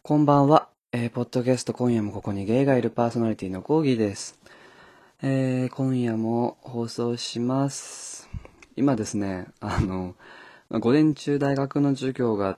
こんばんは。ポッドキャスト今夜もここにゲイがいるパーソナリティのコーギーです。今夜も放送します。今ですね、午前中大学の授業があって、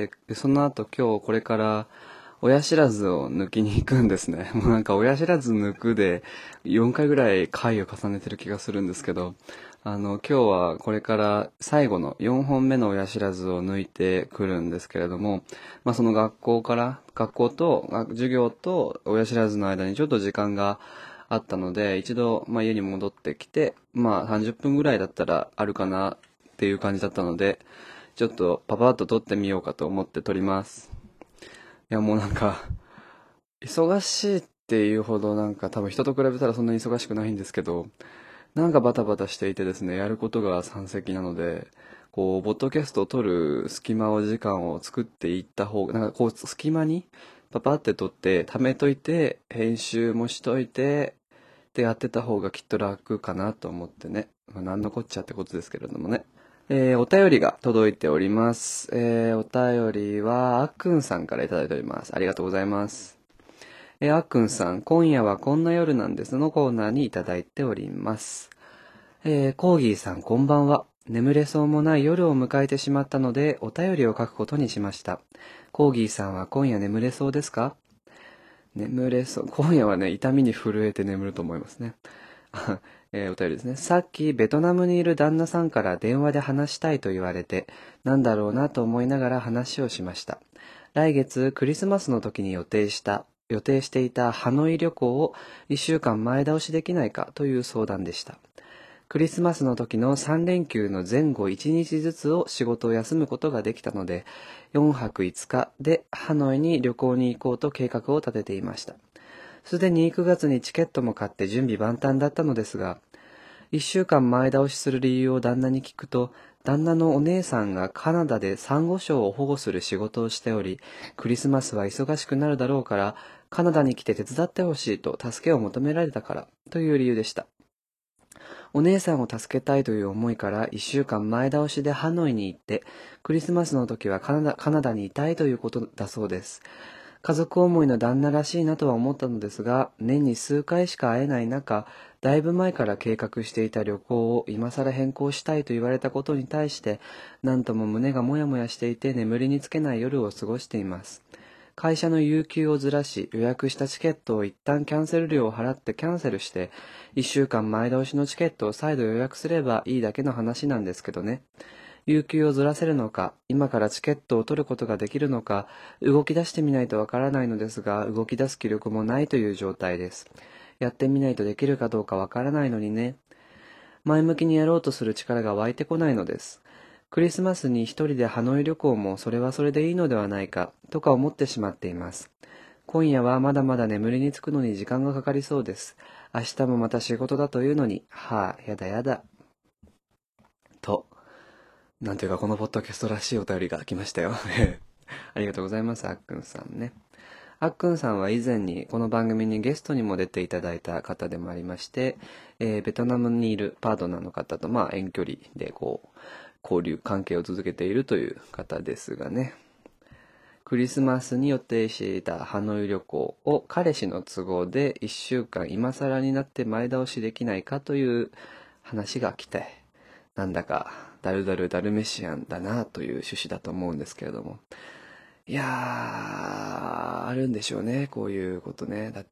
その後今日これから親知らずを抜きに行くんですね。もうなんか親知らず抜くで4回ぐらい回を重ねてる気がするんですけど、今日はこれから最後の4本目の親知らずを抜いてくるんですけれども、その学校と授業と親知らずの間にちょっと時間があったので、一度、家に戻ってきて、30分ぐらいだったらあるかなっていう感じだったので、ちょっとパパッと撮ってみようかと思って撮ります。いや、もうなんか、忙しいっていうほどなんか多分人と比べたらそんなに忙しくないんですけど、なんかバタバタしていてですね、やることが山積なので、ポッドキャストを撮る時間を作っていった方が、なんか隙間にパパって撮って、貯めといて、編集もしといて、でやってた方がきっと楽かなと思ってね。なんのこっちゃってことですけれどもね。お便りが届いております。お便りは、あっくんさんからいただいております。ありがとうございます。あっくんさん、今夜はこんな夜なんですのコーナーにいただいております。コーギーさんこんばんは。眠れそうもない夜を迎えてしまったので、お便りを書くことにしました。コーギーさんは今夜眠れそうですか？眠れそう。今夜はね、痛みに震えて眠ると思いますね。お便りですね。さっきベトナムにいる旦那さんから電話で話したいと言われて、なんだろうなと思いながら話をしました。来月クリスマスの時に予定していたハノイ旅行を1週間前倒しできないかという相談でした。クリスマスの時の3連休の前後1日ずつを仕事を休むことができたので、4泊5日でハノイに旅行に行こうと計画を立てていました。すでに9月にチケットも買って準備万端だったのですが、1週間前倒しする理由を旦那に聞くと、旦那のお姉さんがカナダでサンゴ礁を保護する仕事をしており、クリスマスは忙しくなるだろうから、カナダに来て手伝ってほしいと助けを求められたからという理由でした。お姉さんを助けたいという思いから1週間前倒しでハノイに行って、クリスマスの時はカナダにいたいということだそうです。家族思いの旦那らしいなとは思ったのですが、年に数回しか会えない中、だいぶ前から計画していた旅行を今更変更したいと言われたことに対して、何とも胸がもやもやしていて眠りにつけない夜を過ごしています。会社の有給をずらし、予約したチケットを一旦キャンセル料を払ってキャンセルして、1週間前倒しのチケットを再度予約すればいいだけの話なんですけどね。有給をずらせるのか、今からチケットを取ることができるのか、動き出してみないとわからないのですが、動き出す気力もないという状態です。やってみないとできるかどうかわからないのにね。前向きにやろうとする力が湧いてこないのです。クリスマスに一人でハノイ旅行もそれはそれでいいのではないか、とか思ってしまっています。今夜はまだまだ眠りにつくのに時間がかかりそうです。明日もまた仕事だというのに、やだやだ。と、なんていうかこのポッドキャストらしいお便りが来ましたよ。ありがとうございます、あっくんさんね。あっくんさんは以前にこの番組にゲストにも出ていただいた方でもありまして、ベトナムにいるパートナーの方と遠距離で交流関係を続けているという方ですがね。クリスマスに予定していたハノイ旅行を彼氏の都合で1週間今更になって前倒しできないかという話が来て、なんだかダルダルダルメシアンだなという趣旨だと思うんですけれども。いやー、あるんでしょうね、こういうことね。だって、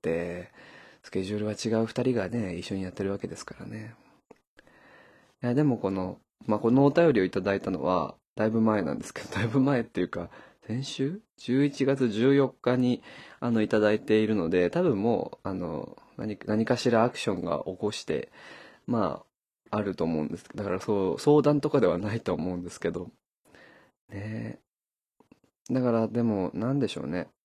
スケジュールは違う二人がね、一緒にやってるわけですからね。いや、でもこのお便りをいただいたのは、だいぶ前なんですけど、だいぶ前っていうか、先週 ?11 月14日に、いただいているので、多分もう、何かしらアクションが起こして、あると思うんです。だからそう、相談とかではないと思うんですけど、ね。だから、でも、なんでしょうね。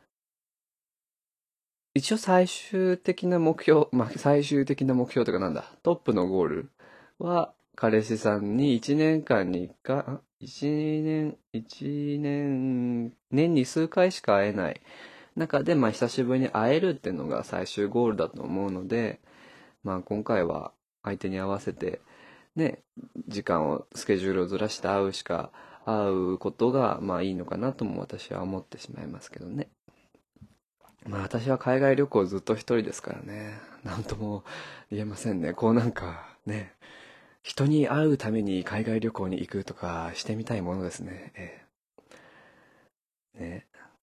一応最終的な目標、最終的な目標というかなんだ、トップのゴールは、彼氏さんに1年間に1回、1年、年に数回しか会えない中で、久しぶりに会えるっていうのが最終ゴールだと思うので、今回は相手に合わせて、ね、スケジュールをずらして会うしか会うことがまあいいのかなとも私は思ってしまいますけどね。まあ私は海外旅行ずっと一人ですからね。なんとも言えませんね。こうなんかね、人に会うために海外旅行に行くとかしてみたいものですね。ね。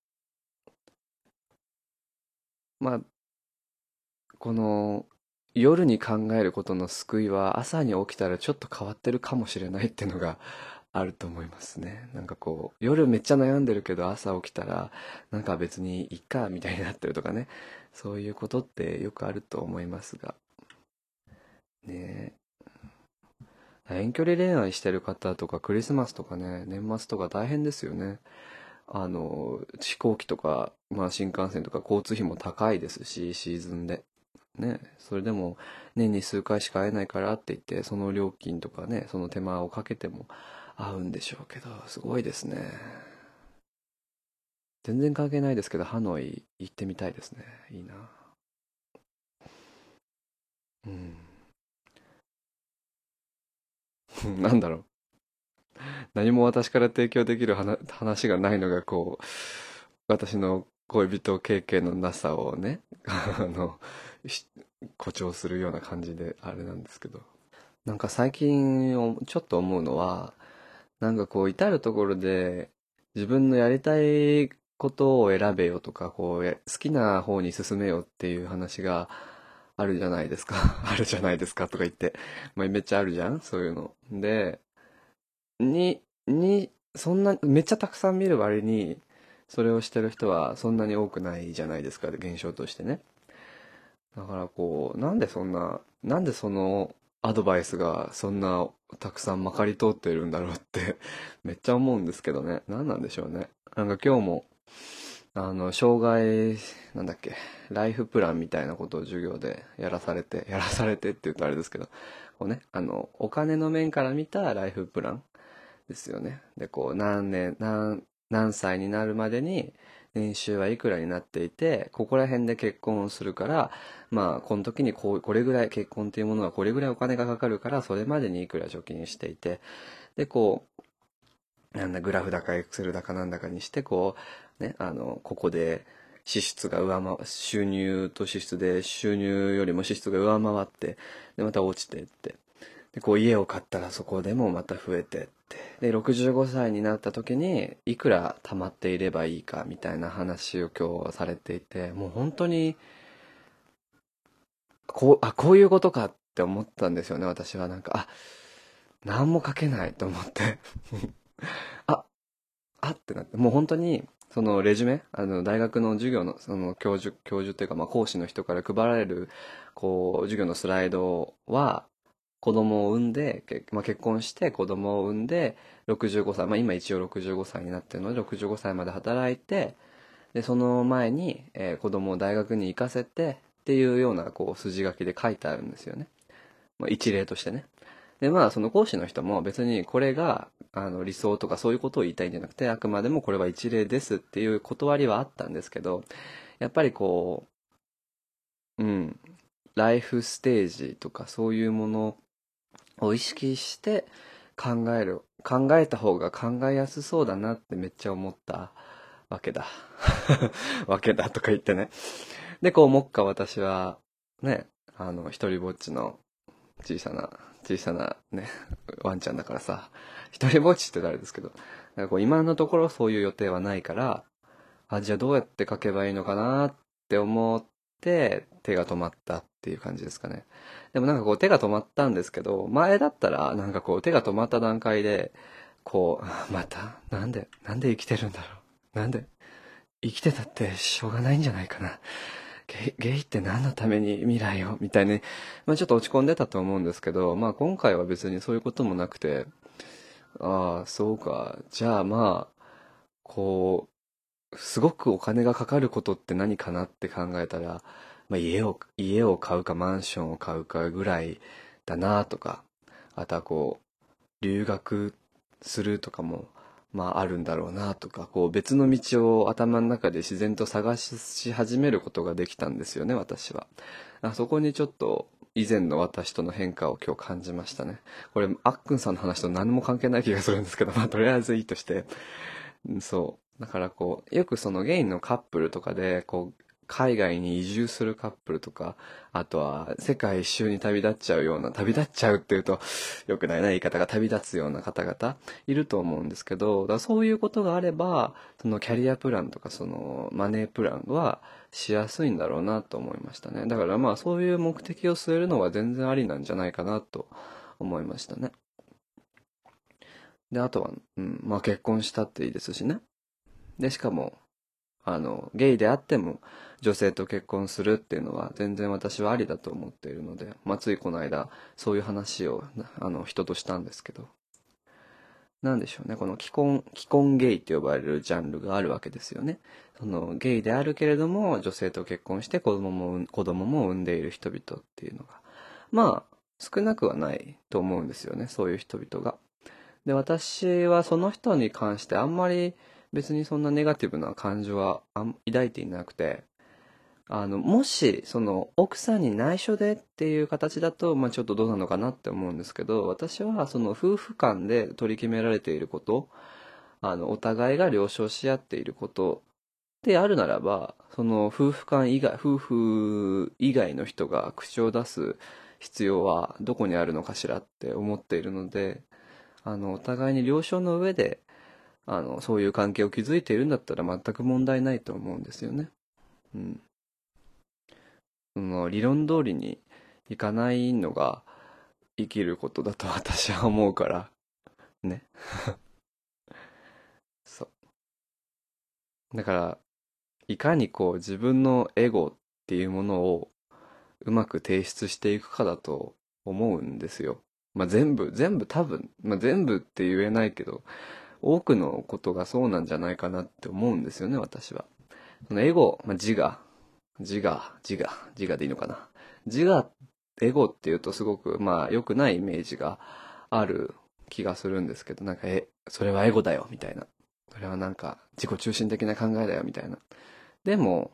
まあ、この夜に考えることの救いは朝に起きたらちょっと変わってるかもしれないっていうのがあると思いますね。なんかこう、夜めっちゃ悩んでるけど朝起きたらなんか別にいっかみたいになってるとかね。そういうことってよくあると思いますが。ねえ。遠距離恋愛してる方とかクリスマスとかね、年末とか大変ですよね。飛行機とか、まあ新幹線とか交通費も高いですし、シーズンで。ね、それでも年に数回しか会えないからって言って、その料金とかね、その手間をかけても会うんでしょうけど、すごいですね。全然関係ないですけど、ハノイ行ってみたいですね。いいな。うん。なんだろう。何も私から提供できる話がないのが、こう、私の恋人経験のなさをね、し誇張するような感じであれなんですけど。なんか最近ちょっと思うのは、なんかこう至るところで自分のやりたいことを選べよとか、こう好きな方に進めよっていう話があるじゃないですか。あるじゃないですかとか言って。まあめっちゃあるじゃんそういうの。で、そんな、めっちゃたくさん見る割に、それをしてる人はそんなに多くないじゃないですか、現象としてね。だからこう、なんでそのアドバイスがそんなたくさんまかり通っているんだろうってめっちゃ思うんですけどね。何なんでしょうね。なんか今日も、障害、なんだっけ、ライフプランみたいなことを授業でやらされてって言うとあれですけど、こうね、お金の面から見たライフプランですよね。で、こう、何歳になるまでに年収はいくらになっていて、ここら辺で結婚をするから、まあ、この時にこれぐらい、結婚っていうものはこれぐらいお金がかかるから、それまでにいくら貯金していて、で、こう、なんだ、グラフだかエクセルだかなんだかにして、こう、ね、ここで、支出が収入と支出で収入よりも支出が上回って、で、また落ちていって、で、こう家を買ったらそこでもまた増えてって。で、65歳になった時にいくら貯まっていればいいかみたいな話を今日されていて、もう本当に、こういうことかって思ったんですよね、私は。なんか、何も書けないと思って。あ、ってなって、もう本当に、そのレジュメ、大学の授業の、その教授っていうか、まあ講師の人から配られる、こう、授業のスライドは、子供を産んで、まあ、結婚して子供を産んで、65歳、まあ今一応65歳になってるので、65歳まで働いて、で、その前に、子供を大学に行かせて、っていうような、こう、筋書きで書いてあるんですよね。まあ一例としてね。で、まあ、その講師の人も別にこれが、理想とかそういうことを言いたいんじゃなくて、あくまでもこれは一例ですっていう断りはあったんですけど、やっぱりこう、うん、ライフステージとかそういうものを意識して考えた方が考えやすそうだなってめっちゃ思ったわけだ。わけだとか言ってね。で、こう、目下私は、ね、一人ぼっちの小さなね、ワンちゃんだからさ、一人ぼっちって誰ですけど、なんかこう今のところそういう予定はないから、じゃあどうやって書けばいいのかなって思って手が止まったっていう感じですかね。でもなんかこう手が止まったんですけど、前だったらなんかこう手が止まった段階で、こう、またなんで生きてるんだろう。生きてたってしょうがないんじゃないかな。ゲイって何のために未来をみたいに、まあちょっと落ち込んでたと思うんですけど、まあ今回は別にそういうこともなくて、ああ、そうか。じゃあまあ、こすごくお金がかかることって何かなって考えたら、まあ、家を買うかマンションを買うかぐらいだなとか、あとはこう、留学するとかも、まああるんだろうなとか、こう別の道を頭の中で自然と探し始めることができたんですよね、私は。そこにちょっと以前の私との変化を今日感じましたね。これ、あっくんさんの話と何も関係ない気がするんですけど、まあとりあえずいいとして。そう。だからこう、よくそのゲイのカップルとかで、こう、海外に移住するカップルとか、あとは世界一周に旅立っちゃうような、旅立っちゃうっていうと良くないな言い方が、旅立つような方々いると思うんですけど、だからそういうことがあれば、そのキャリアプランとかそのマネープランはしやすいんだろうなと思いましたね。だからまあそういう目的を据えるのは全然ありなんじゃないかなと思いましたね。で、あとは、まあ結婚したっていいですしね。で、しかも、ゲイであっても女性と結婚するっていうのは全然私はありだと思っているので、まあ、ついこの間そういう話を人としたんですけど、なんでしょうね、この既婚ゲイって呼ばれるジャンルがあるわけですよね。そのゲイであるけれども女性と結婚して子供も産んでいる人々っていうのがまあ少なくはないと思うんですよね、そういう人々が。で、私はその人に関してあんまり別にそんなネガティブな感情は抱いていなくて、もし、その、奥さんに内緒でっていう形だと、まあちょっとどうなのかなって思うんですけど、私はその夫婦間で取り決められていること、お互いが了承し合っていることであるならば、その夫婦以外の人が口を出す必要はどこにあるのかしらって思っているので、お互いに了承の上で、そういう関係を築いているんだったら全く問題ないと思うんですよね。うん。その理論通りにいかないのが生きることだと私は思うから、ね。そう。だから、いかにこう自分のエゴっていうものをうまく提出していくかだと思うんですよ。まあ全部多分、まあ全部って言えないけど、多くのことがそうなんじゃないかなって思うんですよね、私は。そのエゴ、まあ、自我でいいのかな。自我、エゴっていうとすごく、まあ、良くないイメージがある気がするんですけど、なんか、それはエゴだよ、みたいな。それはなんか、自己中心的な考えだよ、みたいな。でも、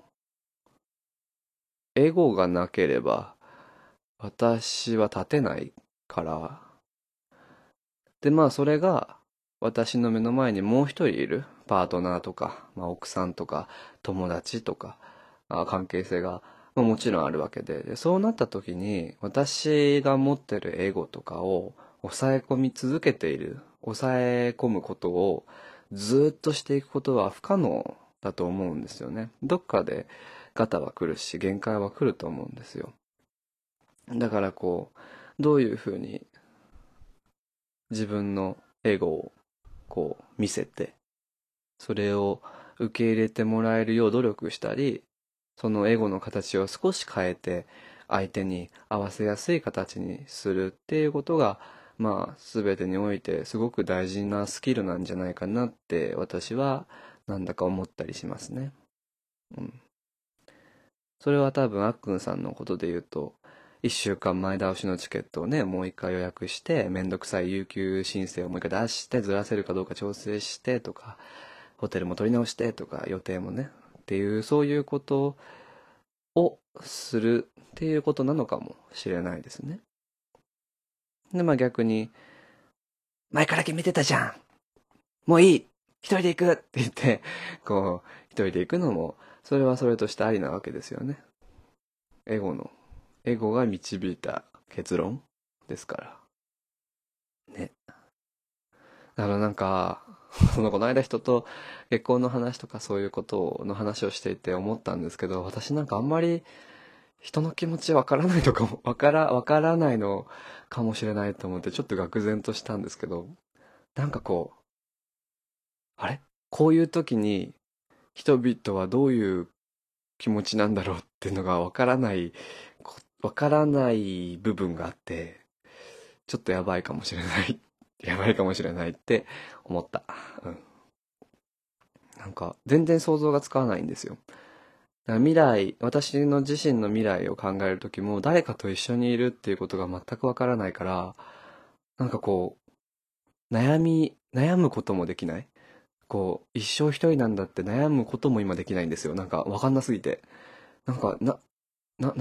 エゴがなければ、私は立てないから、で、まあ、それが、私の目の前にもう一人いるパートナーとか、まあ、奥さんとか、友達とか、関係性が、まあ、もちろんあるわけで、そうなった時に、私が持ってるエゴとかを抑え込み続けている、抑え込むことをずっとしていくことは不可能だと思うんですよね。どっかでガタは来るし、限界は来ると思うんですよ。だからこう、どういうふうに自分のエゴをこう見せて、それを受け入れてもらえるよう努力したり、そのエゴの形を少し変えて相手に合わせやすい形にするっていうことが、まあ全てにおいてすごく大事なスキルなんじゃないかなって私はなんだか思ったりしますね。うん。それは多分あっくんさんのことで言うと、1週間前倒しのチケットをね、もう一回予約して、めんどくさい有給申請をもう一回出して、ずらせるかどうか調整してとか、ホテルも取り直してとか、予定もね、っていう、そういうことをするっていうことなのかもしれないですね。で、まあ逆に、前から決めてたじゃん、もういい、一人で行くって言って、こう、一人で行くのも、それはそれとしてありなわけですよね。エゴの、エゴが導いた結論ですから。ね。だからなんか、この間人と結婚の話とかそういうことの話をしていて思ったんですけど、私なんかあんまり人の気持ちわからないとかも、わからないのかもしれないと思ってちょっと愕然としたんですけど、なんかこう、あれこういう時に人々はどういう気持ちなんだろうっていうのがわからない部分があって、ちょっとやばいかもしれない。やばいかもしれないって思った。うん。なんか全然想像がつかないんですよ。だから私の自身の未来を考える時も誰かと一緒にいるっていうことが全くわからないから、なんかこう、悩むこともできない。こう、一生一人なんだって悩むことも今できないんですよ。なんかわかんなすぎて。なんか、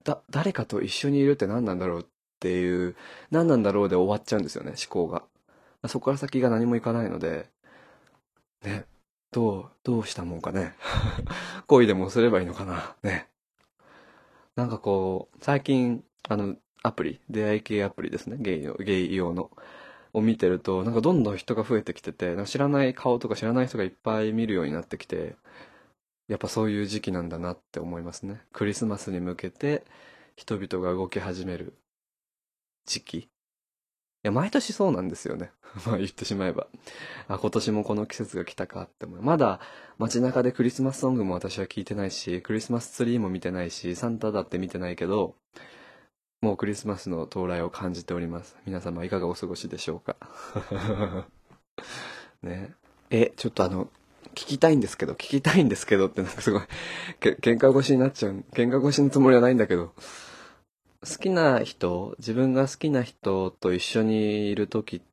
誰かと一緒にいるって何なんだろうっていう、何なんだろうで終わっちゃうんですよね、思考が。そこから先が何もいかないので、ね、どうしたもんかね。恋でもすればいいのかな。ね。なんかこう、最近、出会い系アプリですね、ゲイ用の、を見てると、なんかどんどん人が増えてきてて、なんか知らない顔とか知らない人がいっぱい見るようになってきて、やっぱそういう時期なんだなって思いますね。クリスマスに向けて、人々が動き始める時期。いや、毎年そうなんですよね。まあ言ってしまえば。今年もこの季節が来たかって思う。まだ街中でクリスマスソングも私は聞いてないし、クリスマスツリーも見てないし、サンタだって見てないけど、もうクリスマスの到来を感じております。皆様いかがお過ごしでしょうか。ね。ちょっと聞きたいんですけどってなんかすごい、喧嘩腰になっちゃう。喧嘩腰のつもりはないんだけど、自分が好きな人と一緒にいるときって、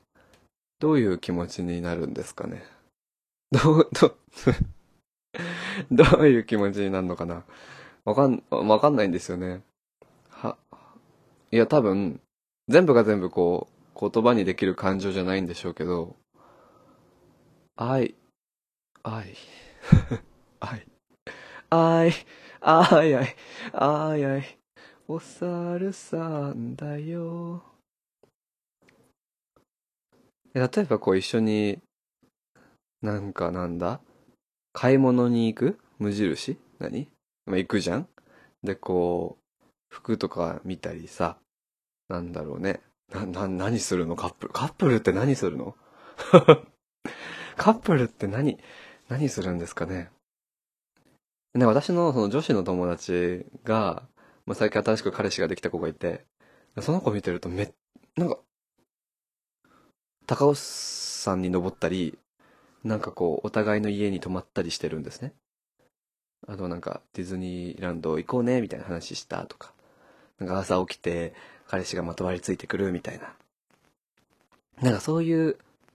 どういう気持ちになるんですかね。どう、どう、どういう気持ちになるのかな。わかんないんですよね。は、いや多分、全部が全部こう、言葉にできる感情じゃないんでしょうけど、愛、愛、愛、愛、愛、愛、愛、愛、お猿さんだよ。例えばこう一緒になんだ買い物に行く無印まあ、行くじゃん。で、こう、服とか見たりさ、なんだろうね。何するのカップルって何するの？カップルって何するんですかね。ね、私のその女子の友達が、まあ、最近新しく彼氏ができた子がいて、その子見てるとなんか、高尾山に登ったり、なんかこう、お互いの家に泊まったりしてるんですね。あとなんか、ディズニーランド行こうね、みたいな話したとか。なんか朝起きて、彼氏がまとわりついてくるみたいな。なんかそういう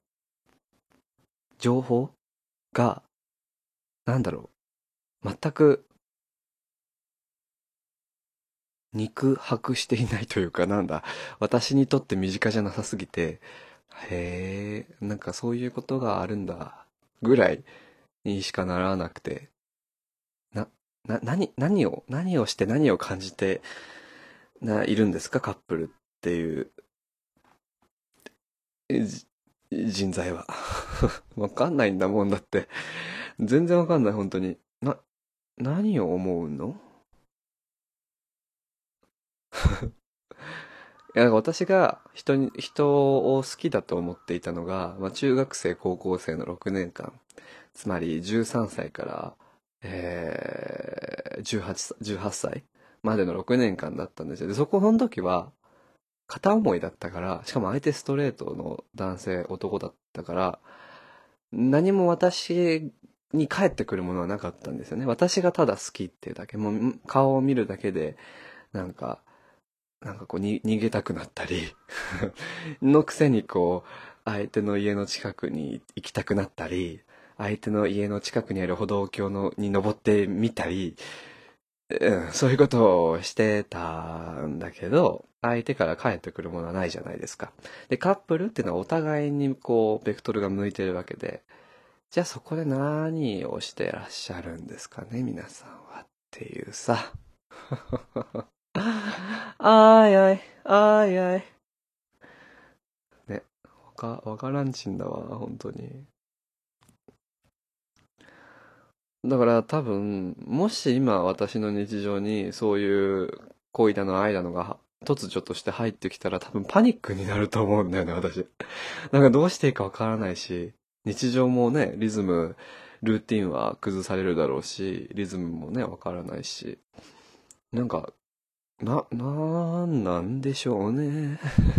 情報が、なんだろ全く肉薄していないというか、私にとって身近じゃなさすぎて、へえ、なんかそういうことがあるんだ、ぐらいにしかならなくて、な、何をして何を感じて、いるんですか、カップルっていう、じ人材は。わかんないんだもんだって。全然わかんない、本当に。何を思うの？いや、私が人を好きだと思っていたのが、まあ、中学生、高校生の6年間、つまり13歳から、18歳までの6年間だったんですよ。で、その時は、片思いだったから、しかも相手ストレートの男だったから、何も私に返ってくるものはなかったんですよね。私がただ好きっていうだけ、もう顔を見るだけで、なんか、逃げたくなったりのくせにこう、相手の家の近くに行きたくなったり、相手の家の近くにある歩道橋に登ってみたり、そういうことをしてたんだけど、相手から返ってくるものはないじゃないですか。で、カップルっていうのはお互いにこう、ベクトルが向いてるわけで、じゃあそこで何をしてらっしゃるんですかね、皆さんはっていうさ。あいあい、あいあい。ね、わからんちんだわ、本当に。だから多分、もし今私の日常にそういう恋だの愛だのが突如として入ってきたら多分パニックになると思うんだよね、私。なんかどうしていいかわからないし、日常もね、ルーティンは崩されるだろうし、リズムもね、わからないし、なんか、なんでしょうね。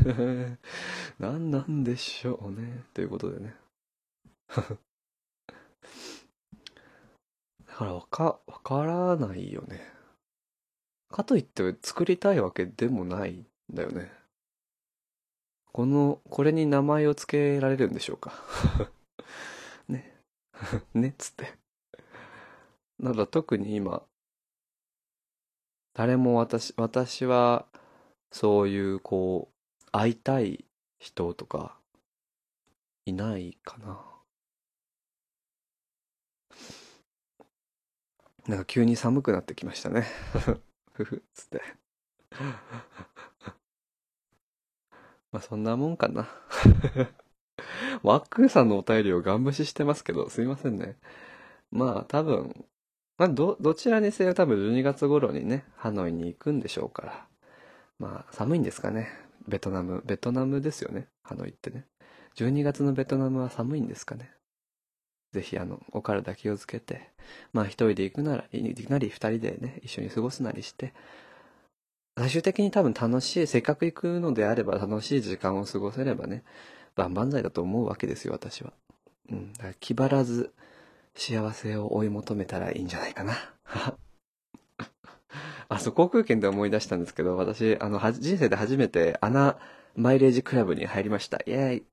なんでしょうね。ということでね。だからわからないよね。かといって作りたいわけでもないんだよね。これに名前を付けられるんでしょうか。ね。ねっつって。なんだ特に今、 誰も私は、そういう、会いたい人とか、いないかな。なんか急に寒くなってきましたね。ふふ、つって。まあそんなもんかな。ワックンさんのお便りをガン無視してますけど、すいませんね。まあ多分、まあどちらにせよ多分12月頃にね、ハノイに行くんでしょうから。まあ寒いんですかね。ベトナムですよね。ハノイってね。12月のベトナムは寒いんですかね。ぜひお体気をつけて、まあ一人で行くなら、二人でね、一緒に過ごすなりして、最終的に多分楽しい、せっかく行くのであれば楽しい時間を過ごせればね、万々歳だと思うわけですよ、私は。うん。だから気張らず幸せを追い求めたらいいんじゃないかな。あ、そう、航空券で思い出したんですけど、私、人生で初めてマイレージクラブに入りました。イエーイ。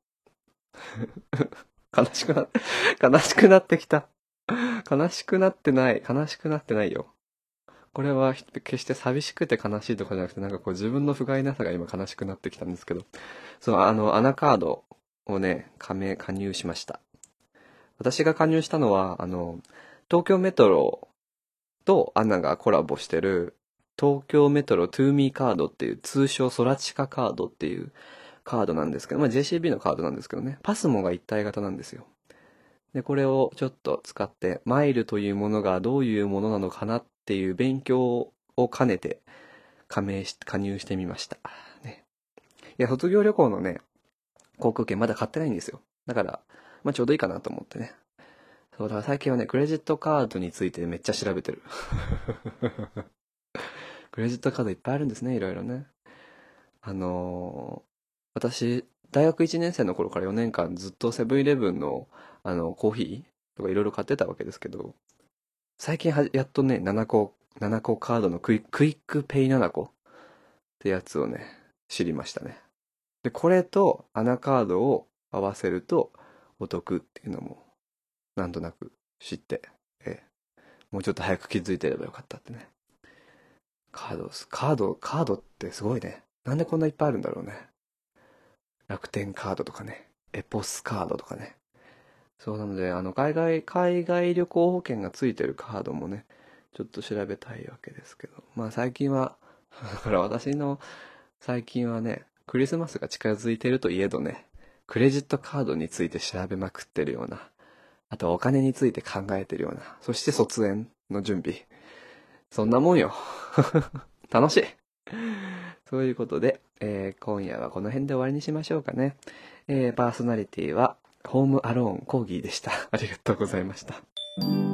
悲しくなって、悲しくなってきた。悲しくなってない。悲しくなってないよ。これは決して寂しくて悲しいとかじゃなくて、なんか自分の不甲斐なさが今悲しくなってきたんですけど、そう、アナカードをね、加入しました。私が加入したのは、東京メトロとアナがコラボしてる、東京メトロトゥーミーカードっていう、通称ソラチカカードっていうカードなんですけど、まあ JCB のカードなんですけどね、パスモが一体型なんですよ。で、これをちょっと使って、マイルというものがどういうものなのかなっていう勉強を兼ねて加入してみました。ね。いや、卒業旅行のね、航空券まだ買ってないんですよ。だから、まあちょうどいいかなと思ってね。そう、だから最近はね、クレジットカードについてめっちゃ調べてる。クレジットカードいっぱいあるんですね、いろいろね。私、大学1年生の頃から4年間ずっとセブンイレブンの、コーヒーとかいろいろ買ってたわけですけど、最近やっとね、7個カードのクイックペイ7個ってやつをね、知りましたね。で、これとアナカードを合わせるとお得っていうのも、なんとなく知って、えもうちょっと早く気づいてればよかったってね。カードってすごいね。なんでこんないっぱいあるんだろうね。楽天カードとかね、エポスカードとかね。そうなので、海外旅行保険がついてるカードもね、ちょっと調べたいわけですけど。まあ最近は、だから私の最近はね、クリスマスが近づいてるといえどね、クレジットカードについて調べまくってるような、あとはお金について考えてるような、そして卒園の準備。そんなもんよ。楽しい。そういうことで、今夜はこの辺で終わりにしましょうかね。パーソナリティは、ホームアローンコーギーでした。ありがとうございました。